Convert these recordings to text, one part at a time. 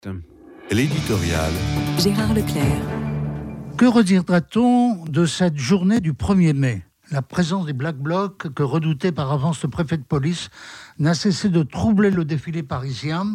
L'éditorial. Gérard Leclerc. Que redirait-on de cette journée du 1er mai ? La présence des Black Blocs, que redoutait par avance le préfet de police, n'a cessé de troubler le défilé parisien.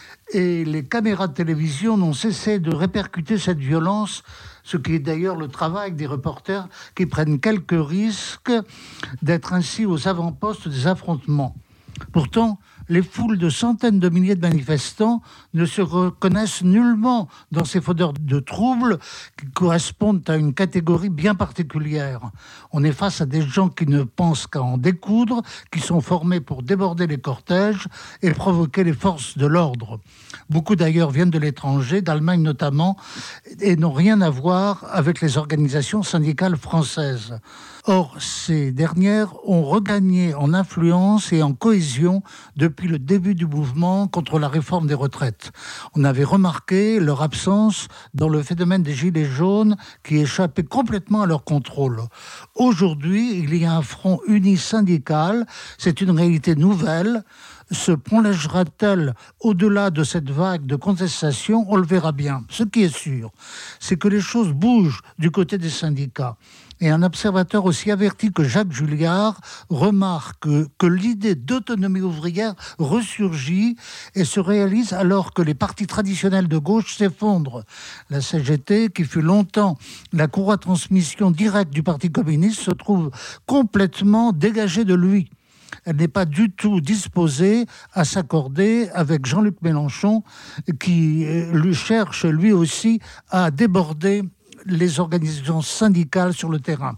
Et les caméras de télévision n'ont cessé de répercuter cette violence, ce qui est d'ailleurs le travail des reporters qui prennent quelques risques d'être ainsi aux avant-postes des affrontements. Pourtant, les foules de centaines de milliers de manifestants ne se reconnaissent nullement dans ces fauteurs de troubles qui correspondent à une catégorie bien particulière. On est face à des gens qui ne pensent qu'à en découdre, qui sont formés pour déborder les cortèges et provoquer les forces de l'ordre. Beaucoup d'ailleurs viennent de l'étranger, d'Allemagne notamment, et n'ont rien à voir avec les organisations syndicales françaises. Or, ces dernières ont regagné en influence et en cohésion depuis le début du mouvement contre la réforme des retraites. On avait remarqué leur absence dans le phénomène des gilets jaunes qui échappait complètement à leur contrôle. Aujourd'hui, il y a un front uni syndical, c'est une réalité nouvelle. Se prolongera-t-elle au-delà de cette vague de contestation ? On le verra bien. Ce qui est sûr, c'est que les choses bougent du côté des syndicats. Et un observateur aussi averti que Jacques Julliard remarque que l'idée d'autonomie ouvrière ressurgit et se réalise alors que les partis traditionnels de gauche s'effondrent. La CGT, qui fut longtemps la courroie de transmission directe du Parti communiste, se trouve complètement dégagée de lui. Elle n'est pas du tout disposée à s'accorder avec Jean-Luc Mélenchon, qui lui cherche lui aussi à déborder les organisations syndicales sur le terrain.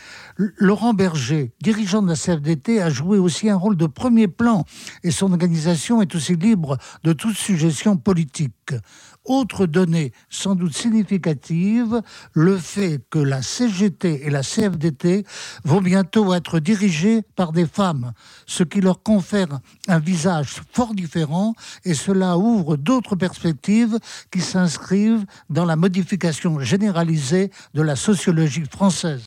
Laurent Berger, dirigeant de la CFDT, a joué aussi un rôle de premier plan et son organisation est aussi libre de toute suggestion politique. Autre donnée sans doute significative, le fait que la CGT et la CFDT vont bientôt être dirigées par des femmes, ce qui leur confère un visage fort différent et cela ouvre d'autres perspectives qui s'inscrivent dans la modification généralisée de la sociologie française.